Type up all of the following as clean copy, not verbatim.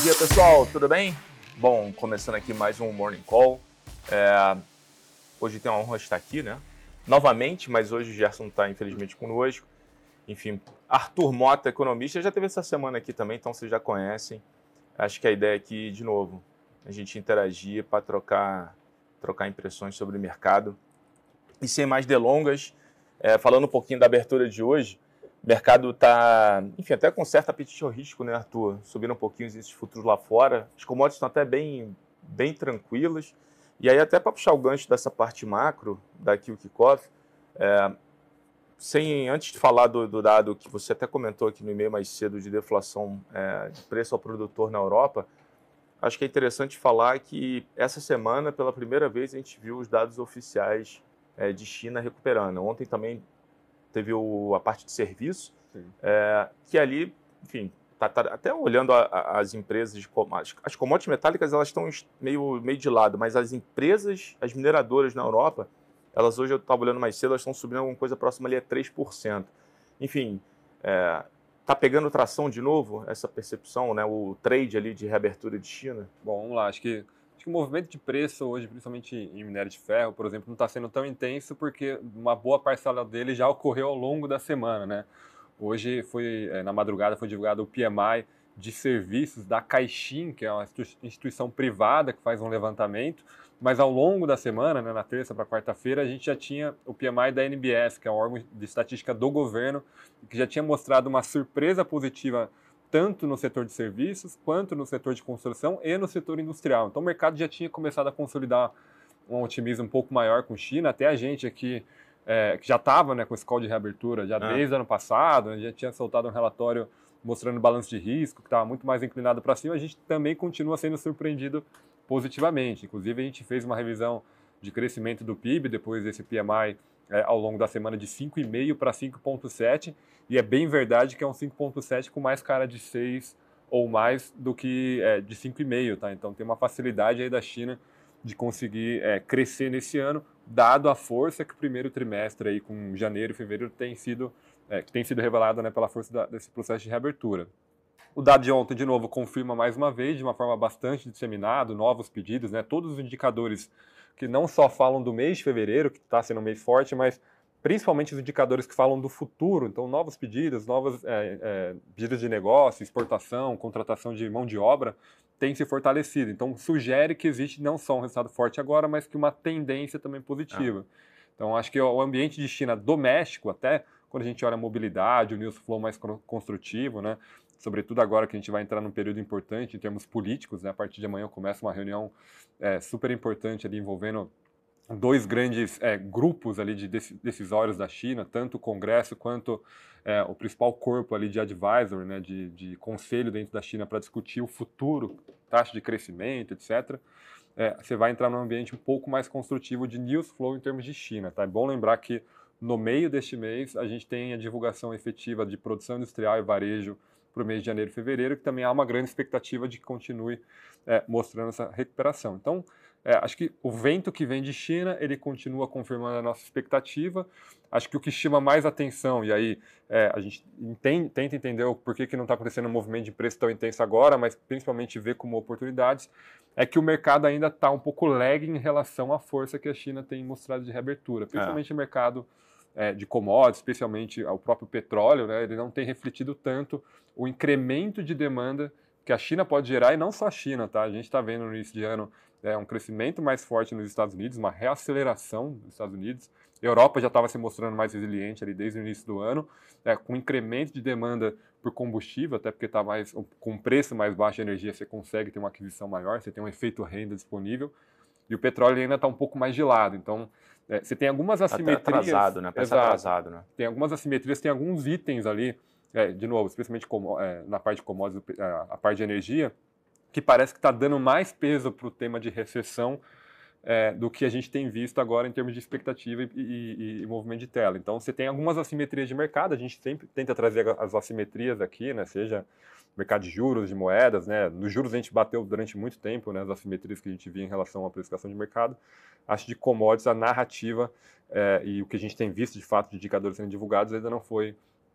dia, pessoal, tudo bem? Bom, começando aqui mais um Morning Call. Hoje tem a honra de estar aqui, né? Novamente, mas hoje o Gerson não está, infelizmente, conosco. Enfim, Arthur Mota, economista, já teve essa semana aqui também, então vocês já conhecem. Acho que a ideia aqui, de novo, a gente interagir para trocar impressões sobre o mercado. E sem mais delongas, falando um pouquinho da abertura de hoje, o mercado está, enfim, até com certo apetite ao risco, né, Arthur? Subindo um pouquinho os índices futuros lá fora. As commodities estão até bem tranquilas. E aí, até para puxar o gancho dessa parte macro, daqui o kickoff, antes de falar do dado que você até comentou aqui no e-mail mais cedo de deflação de preço ao produtor na Europa, acho que é interessante falar que essa semana, pela primeira vez, a gente viu os dados oficiais de China recuperando. Ontem também teve a parte de serviço, que ali, enfim, tá até olhando as empresas, as commodities metálicas, elas estão meio de lado, mas as empresas, as mineradoras na Europa, elas hoje, eu estava olhando mais cedo, elas estão subindo alguma coisa próxima ali a 3%. Enfim, tá pegando tração de novo essa percepção, né? O trade ali de reabertura de China? Bom, vamos lá. Acho que o movimento de preço hoje, principalmente em minério de ferro, por exemplo, não está sendo tão intenso porque uma boa parcela dele já ocorreu ao longo da semana, né? Hoje na madrugada foi divulgado o PMI de serviços da Caixin, que é uma instituição privada que faz um levantamento, mas ao longo da semana, né, na terça para quarta-feira, a gente já tinha o PMI da NBS, que é um órgão de estatística do governo, que já tinha mostrado uma surpresa positiva tanto no setor de serviços, quanto no setor de construção e no setor industrial. Então o mercado já tinha começado a consolidar um otimismo um pouco maior com China, até a gente aqui, que já estava, né, com esse call de reabertura já desde o ano passado, já tinha soltado um relatório mostrando balanço de risco, que estava muito mais inclinado para cima, a gente também continua sendo surpreendido positivamente. Inclusive a gente fez uma revisão de crescimento do PIB depois desse PMI ao longo da semana de 5,5 para 5,7, e é bem verdade que é um 5,7 com mais cara de 6 ou mais do que de 5,5, tá? Então tem uma facilidade aí da China de conseguir crescer nesse ano, dado a força que o primeiro trimestre aí com janeiro e fevereiro tem sido revelada, né, pela força desse processo de reabertura. O dado de ontem, de novo, confirma mais uma vez, de uma forma bastante disseminada, novos pedidos, né? Todos os indicadores que não só falam do mês de fevereiro, que está sendo um mês forte, mas principalmente os indicadores que falam do futuro. Então, novos pedidos, pedidos de negócio, exportação, contratação de mão de obra, têm se fortalecido. Então, sugere que existe não só um resultado forte agora, mas que uma tendência também positiva. Então, acho que o ambiente de China doméstico, até quando a gente olha a mobilidade, o news flow mais construtivo, né? Sobretudo agora que a gente vai entrar num período importante em termos políticos, né? A partir de amanhã começa uma reunião super importante ali envolvendo dois grandes grupos ali de decisórios da China, tanto o Congresso quanto o principal corpo ali de advisor, né? de conselho dentro da China para discutir o futuro, taxa de crescimento, etc. Você vai entrar num ambiente um pouco mais construtivo de news flow em termos de China. Tá? É bom lembrar que no meio deste mês a gente tem a divulgação efetiva de produção industrial e varejo para o mês de janeiro e fevereiro, que também há uma grande expectativa de que continue mostrando essa recuperação. Então, acho que o vento que vem de China, ele continua confirmando a nossa expectativa. Acho que o que chama mais atenção, e aí a gente tenta entender o porquê que não está acontecendo um movimento de preço tão intenso agora, mas principalmente ver como oportunidades, é que o mercado ainda está um pouco lag em relação à força que a China tem mostrado de reabertura, principalmente o mercado de commodities, especialmente o próprio petróleo, né, ele não tem refletido tanto o incremento de demanda que a China pode gerar, e não só a China, tá? A gente está vendo no início de ano um crescimento mais forte nos Estados Unidos, uma reaceleração nos Estados Unidos. A Europa já estava se mostrando mais resiliente ali desde o início do ano, com incremento de demanda por combustível, até porque está com preço mais baixo de energia, você consegue ter uma aquisição maior, você tem um efeito renda disponível, e o petróleo ainda está um pouco mais de lado. Então, você tem algumas assimetrias. Até atrasado, né? Parece atrasado, né? Tem algumas assimetrias, tem alguns itens ali, de novo, especialmente na parte de commodities, a parte de energia, que parece que está dando mais peso para o tema de recessão do que a gente tem visto agora em termos de expectativa e movimento de tela. Então, você tem algumas assimetrias de mercado, a gente sempre tenta trazer as assimetrias aqui, né? Seja mercado de juros, de moedas, né? Nos juros a gente bateu durante muito tempo, né? As assimetrias que a gente via em relação à precificação de mercado. Acho que de commodities, a narrativa e o que a gente tem visto de fato de indicadores sendo divulgados ainda não foi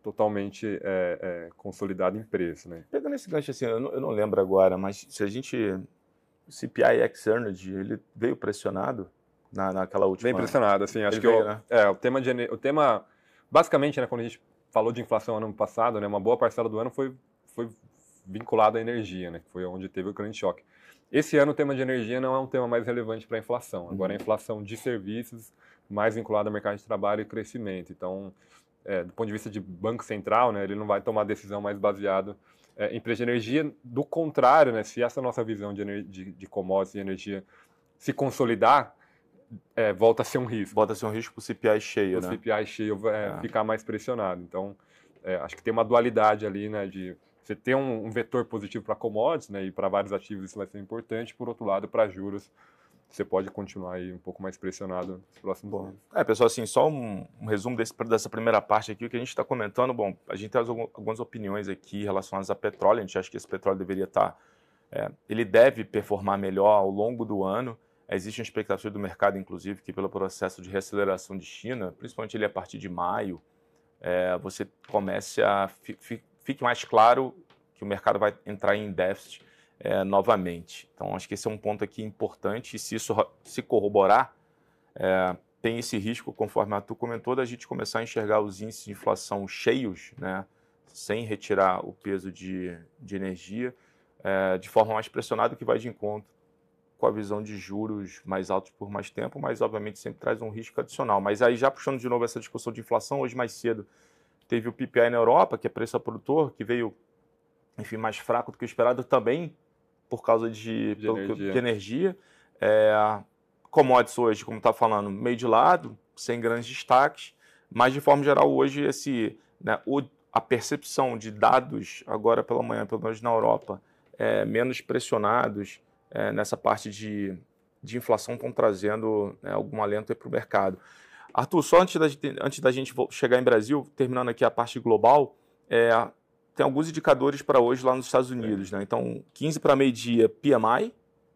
totalmente consolidado em preço, né? Pegando esse gancho assim, eu não lembro agora, mas se a gente... O CPI ex-Energy, ele veio pressionado naquela última... Bem pressionado, assim, acho Ele que veio, né? o tema, basicamente, né, quando a gente falou de inflação ano passado, né, uma boa parcela do ano foi vinculado à energia, né, que foi onde teve o grande choque. Esse ano o tema de energia não é um tema mais relevante para a inflação, agora a inflação de serviços mais vinculada ao mercado de trabalho e crescimento. Então, do ponto de vista de Banco Central, né, ele não vai tomar decisão mais baseado em preço de energia. Do contrário, né, se essa nossa visão de commodities e energia se consolidar, volta a ser um risco. Volta a ser um risco para o CPI cheio, o né? CPI cheio ficar mais pressionado. Então, acho que tem uma dualidade ali, né, de você ter um vetor positivo para commodities, né, e para vários ativos isso vai ser importante. Por outro lado, para juros, você pode continuar aí um pouco mais pressionado nos próximos meses. Pessoal, assim, só um resumo dessa primeira parte aqui, o que a gente está comentando. Bom, a gente tem algumas opiniões aqui relacionadas a petróleo. A gente acha que esse petróleo deveria estar... ele deve performar melhor ao longo do ano. Existe uma expectativa do mercado, inclusive, que pelo processo de reaceleração de China, principalmente ele a partir de maio, você comece a... Fique mais claro que o mercado vai entrar em déficit novamente. Então, acho que esse é um ponto aqui importante, e se isso se corroborar, tem esse risco, conforme a Arthur comentou, da gente começar a enxergar os índices de inflação cheios, né, sem retirar o peso de energia, de forma mais pressionada, que vai de encontro com a visão de juros mais altos por mais tempo, mas obviamente sempre traz um risco adicional. Mas aí, já puxando de novo essa discussão de inflação, hoje mais cedo teve o PPI na Europa, que é preço ao produtor, que veio, enfim, mais fraco do que o esperado também, por causa de energia. Commodities hoje, como está falando, meio de lado, sem grandes destaques, mas de forma geral hoje a percepção de dados agora pela manhã, pelo menos na Europa, menos pressionados nessa parte de inflação, estão trazendo algum alento para o mercado. Arthur, só antes da gente chegar em Brasil, terminando aqui a parte global, tem alguns indicadores para hoje lá nos Estados Unidos, né? Então, 15 para meio-dia, PMI,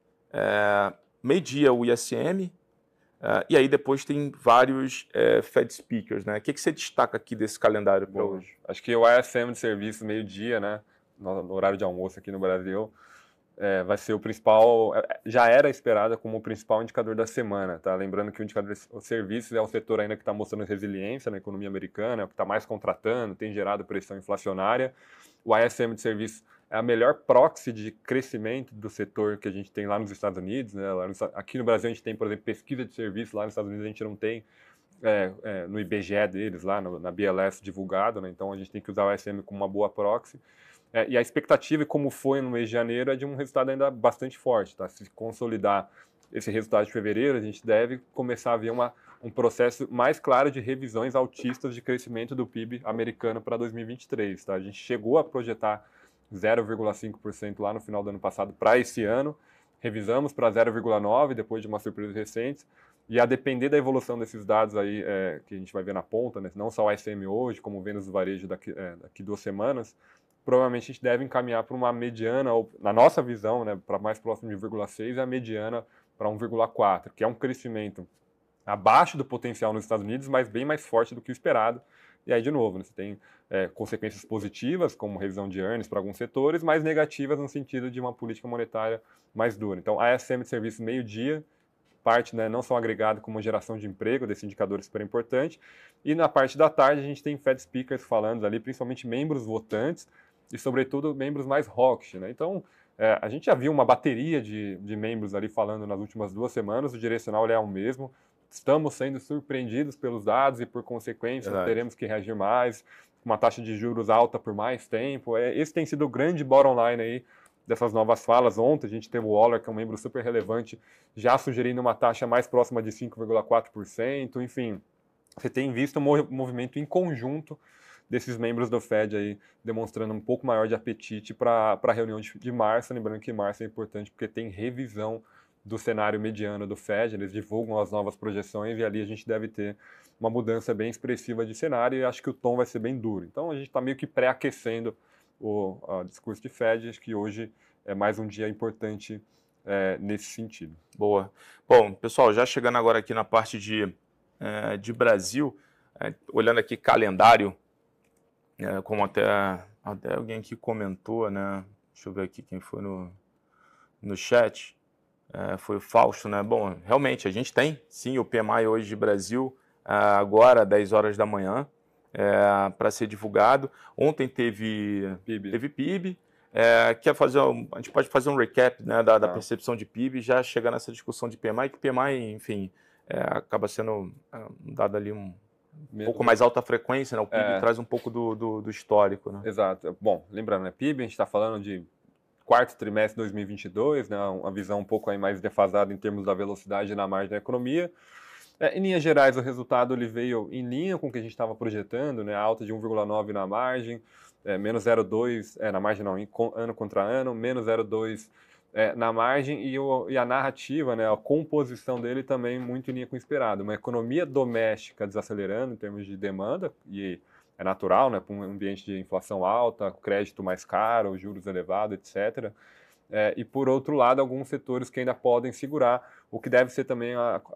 meio-dia o ISM, e aí depois tem vários Fed speakers, né? O que você destaca aqui desse calendário para hoje? Acho que o ISM de serviço meio-dia, né, no horário de almoço aqui no Brasil, vai ser o principal, já era esperada como o principal indicador da semana, tá? Lembrando que o indicador de serviços é o setor ainda que está mostrando resiliência na economia americana, é o que está mais contratando, tem gerado pressão inflacionária. O ISM de serviços é a melhor proxy de crescimento do setor que a gente tem lá nos Estados Unidos, né? Aqui no Brasil a gente tem, por exemplo, pesquisa de serviços, lá nos Estados Unidos a gente não tem no IBGE deles, lá na BLS divulgado, né? Então a gente tem que usar o ISM como uma boa proxy. E a expectativa, como foi no mês de janeiro, é de um resultado ainda bastante forte. Tá? Se consolidar esse resultado de fevereiro, a gente deve começar a ver um processo mais claro de revisões altistas de crescimento do PIB americano para 2023. Tá? A gente chegou a projetar 0,5% lá no final do ano passado para esse ano, revisamos para 0,9% depois de uma surpresa recente, e a depender da evolução desses dados aí que a gente vai ver na ponta, né? Não só o ISM hoje, como vendas do varejo daqui 2 semanas, provavelmente a gente deve encaminhar para uma mediana, ou, na nossa visão, né, para mais próximo de 0,6, a mediana para 1,4, que é um crescimento abaixo do potencial nos Estados Unidos, mas bem mais forte do que o esperado. E aí, de novo, né, você tem consequências positivas, como revisão de earnings para alguns setores, mas negativas no sentido de uma política monetária mais dura. Então, a ASM de serviço meio-dia, parte, né, não só agregado como geração de emprego, desse indicador super importante. E na parte da tarde, a gente tem Fed speakers falando ali, principalmente membros votantes, e, sobretudo, membros mais hawkish, né? Então, a gente já viu uma bateria de membros ali falando nas últimas 2 semanas, o direcional é o mesmo, estamos sendo surpreendidos pelos dados e, por consequência, teremos que reagir mais, uma taxa de juros alta por mais tempo. Esse tem sido o grande bottom line aí dessas novas falas. Ontem a gente teve o Waller, que é um membro super relevante, já sugerindo uma taxa mais próxima de 5,4%, enfim. Você tem visto um movimento em conjunto desses membros do Fed aí, demonstrando um pouco maior de apetite para a reunião de março. Lembrando que março é importante porque tem revisão do cenário mediano do Fed, eles divulgam as novas projeções e ali a gente deve ter uma mudança bem expressiva de cenário e acho que o tom vai ser bem duro. Então a gente está meio que pré-aquecendo o discurso de Fed, acho que hoje é mais um dia importante nesse sentido. Boa. Bom, pessoal, já chegando agora aqui na parte de Brasil, olhando aqui calendário, como até alguém aqui comentou, né? Deixa eu ver aqui quem foi no chat. Foi o Fausto, né? Bom, realmente, a gente tem, sim, o PMI hoje de Brasil, agora, 10 horas da manhã, para ser divulgado. Ontem teve PIB. A gente pode fazer um recap, né, da percepção de PIB e já chegar nessa discussão de PMI, que PMI, enfim, acaba sendo dado ali um pouco mais alta frequência, né? O PIB traz um pouco do histórico, né? Exato. Bom, lembrando, né, PIB, a gente está falando de quarto trimestre de 2022, né, uma visão um pouco aí mais defasada em termos da velocidade na margem da economia. Em linhas gerais, o resultado ele veio em linha com o que a gente estava projetando, né, alta de 1,9 na margem, menos 0,2 na margem não, ano contra ano, menos 0,2 na margem e a narrativa, né, a composição dele também muito em linha com o esperado. Uma economia doméstica desacelerando em termos de demanda, e é natural, né, para um ambiente de inflação alta, crédito mais caro, juros elevados, etc. E, por outro lado, alguns setores que ainda podem segurar, o que deve ser também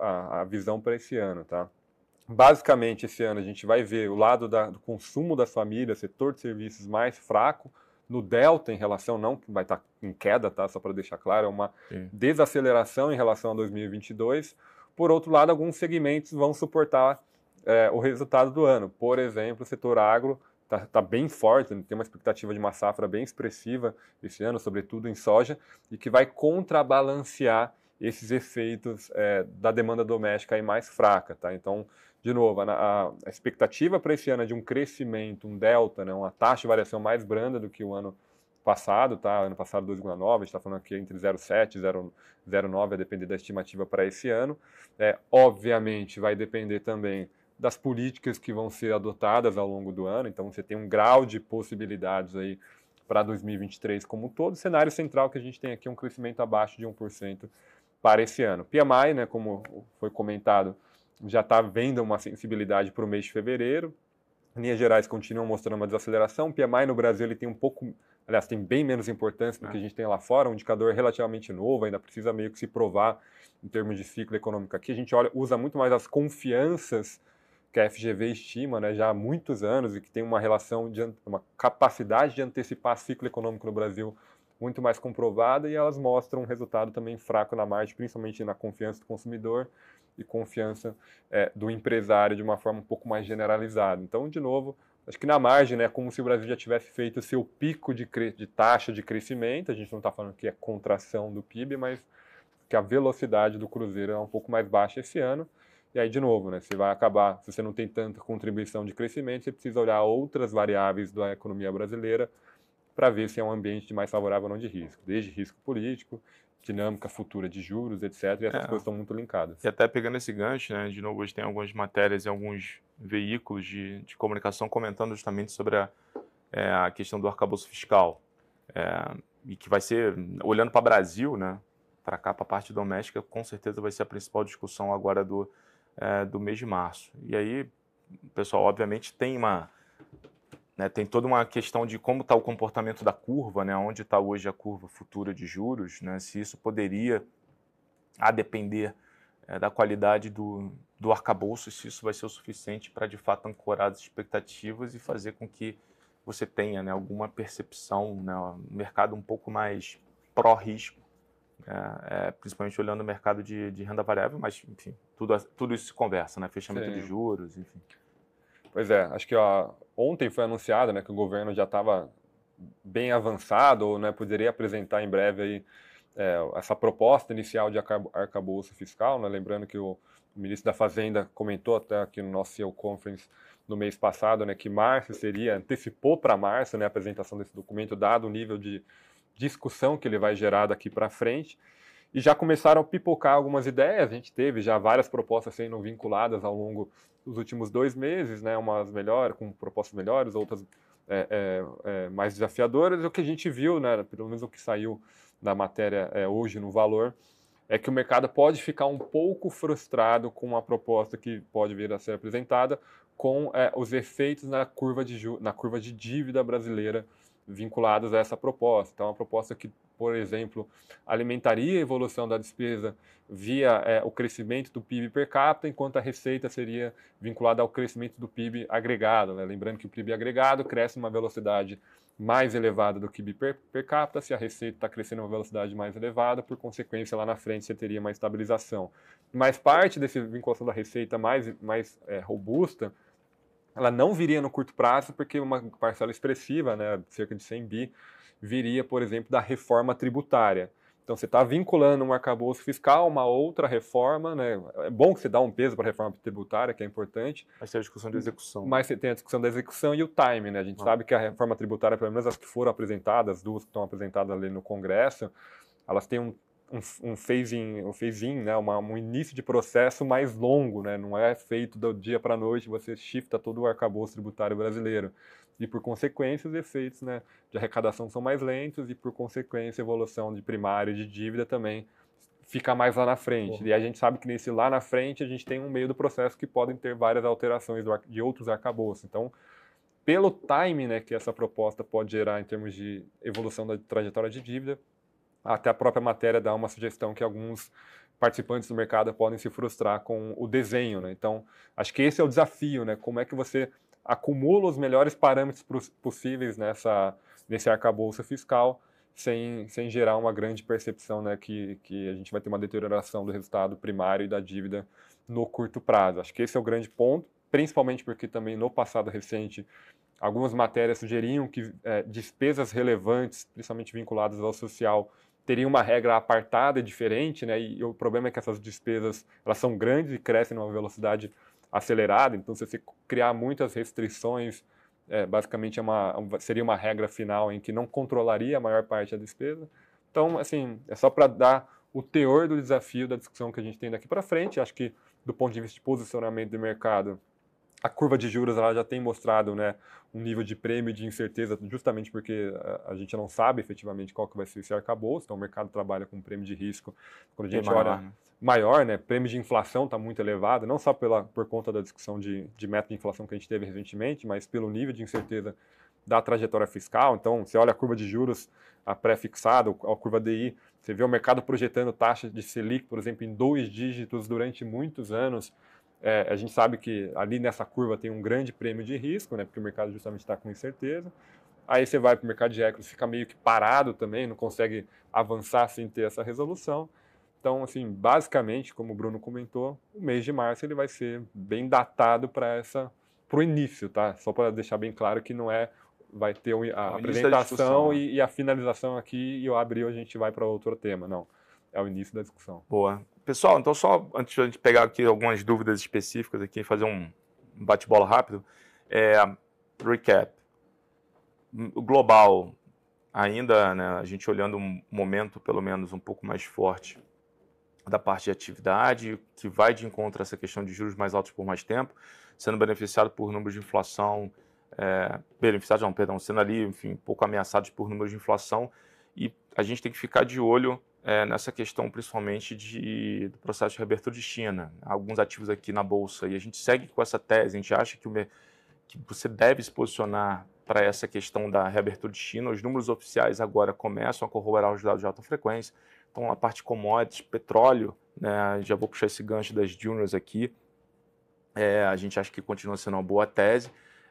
a visão para esse ano. Tá? Basicamente, esse ano a gente vai ver o lado do consumo das famílias, setor de serviços mais fraco, no delta em relação, não que vai estar em queda, tá? Só para deixar claro, é uma desaceleração em relação a 2022. Por outro lado, alguns segmentos vão suportar o resultado do ano. Por exemplo, o setor agro está bem forte, tem uma expectativa de uma safra bem expressiva esse ano, sobretudo em soja, e que vai contrabalancear esses efeitos da demanda doméstica aí mais fraca. Tá? Então, de novo, a expectativa para esse ano é de um crescimento, um delta, né, uma taxa de variação mais branda do que o ano passado, tá? Ano passado 2,9, a gente está falando aqui entre 0,7 e 0,9, a depender da estimativa para esse ano. Obviamente vai depender também das políticas que vão ser adotadas ao longo do ano, então você tem um grau de possibilidades aí para 2023 como um todo. O cenário central que a gente tem aqui é um crescimento abaixo de 1% para esse ano. PMI, né, como foi comentado, já está vendo uma sensibilidade para o mês de fevereiro. Em linhas gerais, continuam mostrando uma desaceleração. O PMI no Brasil ele tem tem bem menos importância do que a gente tem lá fora, um indicador relativamente novo, ainda precisa meio que se provar em termos de ciclo econômico aqui. A gente usa muito mais as confianças que a FGV estima, né, já há muitos anos, e que tem uma uma capacidade de antecipar ciclo econômico no Brasil muito mais comprovada, e elas mostram um resultado também fraco na margem, principalmente na confiança do consumidor e confiança do empresário de uma forma um pouco mais generalizada. Então, de novo, acho que na margem, né, como se o Brasil já tivesse feito o seu pico de taxa de crescimento, a gente não está falando que é contração do PIB, mas que a velocidade do cruzeiro é um pouco mais baixa esse ano. E aí, de novo, né, você vai acabar, se você não tem tanta contribuição de crescimento, você precisa olhar outras variáveis da economia brasileira para ver se é um ambiente mais favorável ou não de risco, desde risco político, dinâmica futura de juros, etc. E essas coisas estão muito linkadas. E até pegando esse gancho, né, de novo, hoje tem algumas matérias e alguns veículos de comunicação comentando justamente sobre a questão do arcabouço fiscal. E que vai ser, olhando para o Brasil, né, para cá, para a parte doméstica, com certeza vai ser a principal discussão agora do mês de março. E aí, pessoal, obviamente tem tem toda uma questão de como está o comportamento da curva, né, onde está hoje a curva futura de juros, né, se isso poderia, a depender da qualidade do arcabouço, se isso vai ser o suficiente para, de fato, ancorar as expectativas e fazer com que você tenha, né, alguma percepção, né, um mercado um pouco mais pró-risco, principalmente olhando o mercado de renda variável, mas, enfim, tudo isso se conversa, né? Fechamento de juros, enfim. Pois acho que ontem foi anunciado, né, que o governo já estava bem avançado, ou, né, poderia apresentar em breve aí, essa proposta inicial de arcabouço fiscal, né? Lembrando que o ministro da Fazenda comentou até aqui no nosso CEO Conference no mês passado, né, que antecipou para março, né, a apresentação desse documento, dado o nível de discussão que ele vai gerar daqui para frente, e já começaram a pipocar algumas ideias. A gente teve já várias propostas sendo vinculadas ao longo dos últimos 2 meses, né, umas melhores, com propostas melhores, outras mais desafiadoras. E o que a gente viu, né, pelo menos o que saiu da matéria hoje no Valor, é que o mercado pode ficar um pouco frustrado com a proposta que pode vir a ser apresentada, com os efeitos na curva de dívida brasileira vinculados a essa proposta. Então, é uma proposta que, por exemplo, alimentaria a evolução da despesa via o crescimento do PIB per capita, enquanto a receita seria vinculada ao crescimento do PIB agregado, né? Lembrando que o PIB agregado cresce numa velocidade mais elevada do que o PIB per capita. Se a receita está crescendo a uma velocidade mais elevada, por consequência, lá na frente você teria uma estabilização. Mas parte dessa vinculação da receita mais robusta, ela não viria no curto prazo, porque uma parcela expressiva, né, cerca de 100 bi, viria, por exemplo, da reforma tributária. Então, você está vinculando um arcabouço fiscal a uma outra reforma, né? É bom que você dá um peso para a reforma tributária, que é importante. Mas tem a discussão de execução. Mas você tem a discussão da execução e o time, né? A gente sabe que a reforma tributária, pelo menos as que foram apresentadas, as duas que estão apresentadas ali no Congresso, elas têm um phase-in, né? Um início de processo mais longo, né? Não é feito do dia para a noite, você shifta todo o arcabouço tributário brasileiro. E, por consequência, os efeitos, né, de arrecadação são mais lentos e, por consequência, a evolução de primário e de dívida também fica mais lá na frente. E a gente sabe que nesse lá na frente a gente tem um meio do processo que podem ter várias alterações de outros arcabouços. Então, pelo time, né, que essa proposta pode gerar em termos de evolução da trajetória de dívida, até a própria matéria dá uma sugestão que alguns participantes do mercado podem se frustrar com o desenho, né? Então, acho que esse é o desafio, né? Como é que você acumula os melhores parâmetros possíveis nesse arcabouço fiscal, sem gerar uma grande percepção, né, que a gente vai ter uma deterioração do resultado primário e da dívida no curto prazo. Acho que esse é o grande ponto, principalmente porque também no passado recente algumas matérias sugeriam que despesas relevantes, principalmente vinculadas ao social, teriam uma regra apartada e diferente, né? E o problema é que essas despesas elas são grandes e crescem numa velocidade acelerada, então se você criar muitas restrições, basicamente seria uma regra final em que não controlaria a maior parte da despesa. Então, assim, é só para dar o teor do desafio da discussão que a gente tem daqui para frente. Acho que, do ponto de vista de posicionamento do mercado, a curva de juros ela já tem mostrado, né, um nível de prêmio e de incerteza, justamente porque a gente não sabe efetivamente qual que vai ser esse arcabouço. Então, o mercado trabalha com prêmio de risco. Quando a gente olha maior, né, prêmio de inflação está muito elevado, não só por conta da discussão de método de inflação que a gente teve recentemente, mas pelo nível de incerteza da trajetória fiscal. Então, você olha a curva de juros a pré-fixada, a curva DI, você vê o mercado projetando taxa de Selic, por exemplo, em 2 dígitos durante muitos anos. A gente sabe que ali nessa curva tem um grande prêmio de risco, né, porque o mercado justamente está com incerteza. Aí você vai para o mercado de equities, fica meio que parado também, não consegue avançar sem ter essa resolução. Então, assim, basicamente, como o Bruno comentou, o mês de março ele vai ser bem datado para o início, tá? Só para deixar bem claro que não vai ter a apresentação e a finalização aqui e o abril a gente vai para outro tema, não. É o início da discussão. Boa. Pessoal, então só antes de a gente pegar aqui algumas dúvidas específicas aqui, fazer um bate-bola rápido, recap. O global, ainda, né, a gente olhando um momento pelo menos um pouco mais forte da parte de atividade, que vai de encontro a essa questão de juros mais altos por mais tempo, sendo beneficiado por números de inflação, sendo ali, enfim, um pouco ameaçados por números de inflação, e a gente tem que ficar de olho nessa questão principalmente do processo de reabertura de China. Alguns ativos aqui na Bolsa, e a gente segue com essa tese, a gente acha que você deve se posicionar para essa questão da reabertura de China. Os números oficiais agora começam a corroborar os dados de alta frequência. Então, a parte de commodities, petróleo, né, já vou puxar esse gancho das juniors aqui, a gente acha que continua sendo uma boa tese.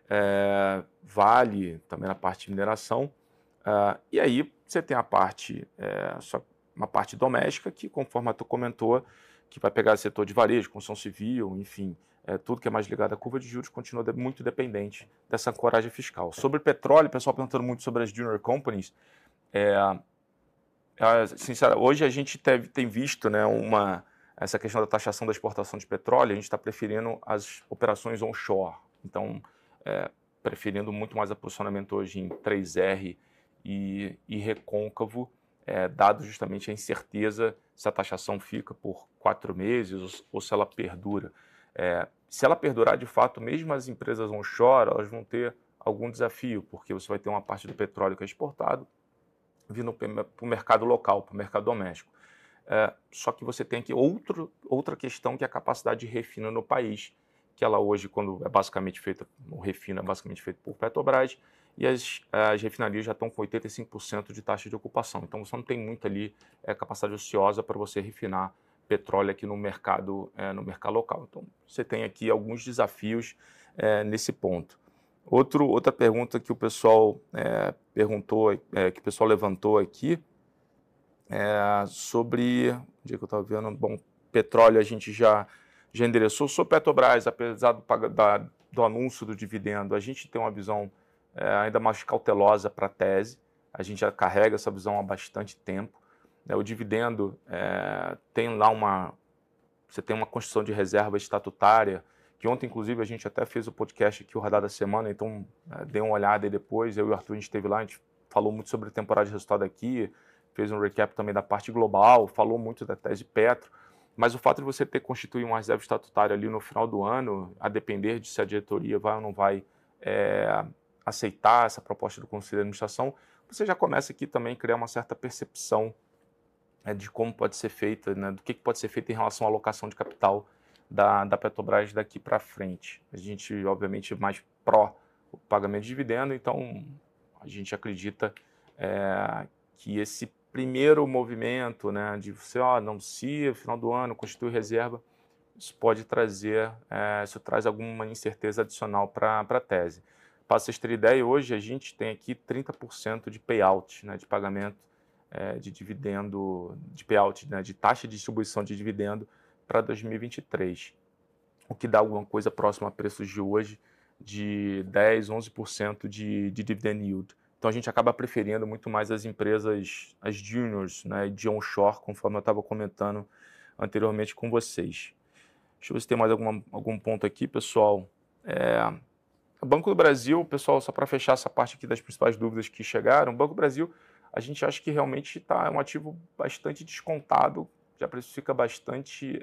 Vale também na parte de mineração. E aí você tem a parte, uma parte doméstica que, conforme a tu comentou, que vai pegar setor de varejo, construção civil, enfim, tudo que é mais ligado à curva de juros continua muito dependente dessa ancoragem fiscal. Sobre petróleo, o pessoal perguntando muito sobre as junior companies, sincero, hoje a gente tem visto, né, essa questão da taxação da exportação de petróleo, a gente está preferindo as operações onshore. Então, preferindo muito mais a posicionamento hoje em 3R e recôncavo, dado justamente a incerteza se a taxação fica por 4 meses ou se ela perdura. Se ela perdurar de fato, mesmo as empresas onshore, elas vão ter algum desafio, porque você vai ter uma parte do petróleo que é exportado vindo para o mercado local, para o mercado doméstico. Só que você tem aqui outra questão, que é a capacidade de refino no país, que ela hoje, quando é basicamente feita, o refino é basicamente feito por Petrobras, e as refinarias já estão com 85% de taxa de ocupação. Então você não tem muito ali capacidade ociosa para você refinar petróleo aqui no mercado local. Então você tem aqui alguns desafios nesse ponto. Outra pergunta que o pessoal perguntou, que o pessoal levantou aqui, sobre, onde é que eu estava vendo? Bom, petróleo a gente já endereçou. Sobre Petrobras, apesar do anúncio do dividendo, a gente tem uma visão ainda mais cautelosa para a tese. A gente já carrega essa visão há bastante tempo. O dividendo tem lá você tem uma construção de reserva estatutária, que ontem, inclusive, a gente até fez o podcast aqui, o Radar da Semana, então dê uma olhada aí depois. Eu e o Arthur, a gente esteve lá, a gente falou muito sobre a temporada de resultado aqui, fez um recap também da parte global, falou muito da tese Petro, mas o fato de você ter constituído uma reserva estatutária ali no final do ano, a depender de se a diretoria vai ou não vai aceitar essa proposta do Conselho de Administração, você já começa aqui também a criar uma certa percepção de como pode ser feita, né, do que pode ser feito em relação à alocação de capital da Petrobras daqui para frente. A gente, obviamente, é mais pró o pagamento de dividendo, então a gente acredita que esse primeiro movimento, né, de você anuncia no final do ano, constitui reserva, isso pode trazer, isso traz alguma incerteza adicional para a tese. Para vocês terem ideia, hoje a gente tem aqui 30% de payout, né, de pagamento de dividendo, de payout, né, de taxa de distribuição de dividendo para 2023, o que dá alguma coisa próxima a preços de hoje de 10, 11% de dividend yield. Então a gente acaba preferindo muito mais as empresas, as juniors, né, de onshore, conforme eu estava comentando anteriormente com vocês. Deixa eu ver se tem mais algum ponto aqui, pessoal. O Banco do Brasil, pessoal, só para fechar essa parte aqui das principais dúvidas que chegaram, o Banco do Brasil, a gente acha que realmente é um ativo bastante descontado, já precifica bastante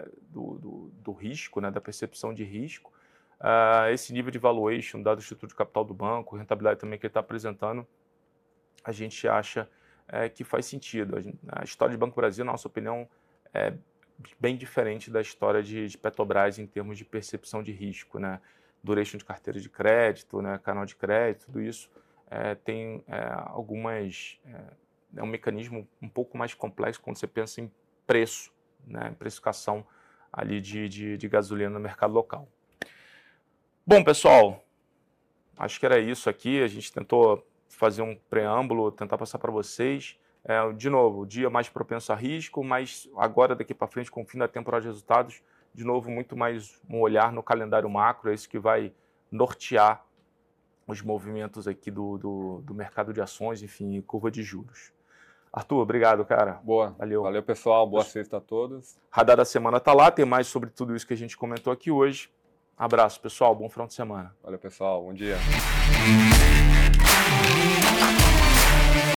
do risco, né, da percepção de risco. Esse nível de valuation, dado o Instituto de Capital do Banco, rentabilidade também que ele está apresentando, a gente acha que faz sentido. A história de Banco do Brasil, na nossa opinião, é bem diferente da história de Petrobras em termos de percepção de risco, né? Duration de carteira de crédito, né, canal de crédito, tudo isso tem algumas... é um mecanismo um pouco mais complexo quando você pensa em preço, né, precificação ali de gasolina no mercado local. Bom, pessoal, acho que era isso aqui. A gente tentou fazer um preâmbulo, tentar passar para vocês. De novo, o dia mais propenso a risco, mas agora, daqui para frente, com o fim da temporada de resultados, de novo, muito mais um olhar no calendário macro, é isso que vai nortear os movimentos aqui do mercado de ações, enfim, curva de juros. Arthur, obrigado, cara. Boa. Valeu. Valeu, pessoal. Boa sexta a todos. Radar da Semana tá lá, tem mais sobre tudo isso que a gente comentou aqui hoje. Abraço, pessoal. Bom final de semana. Valeu, pessoal. Bom dia.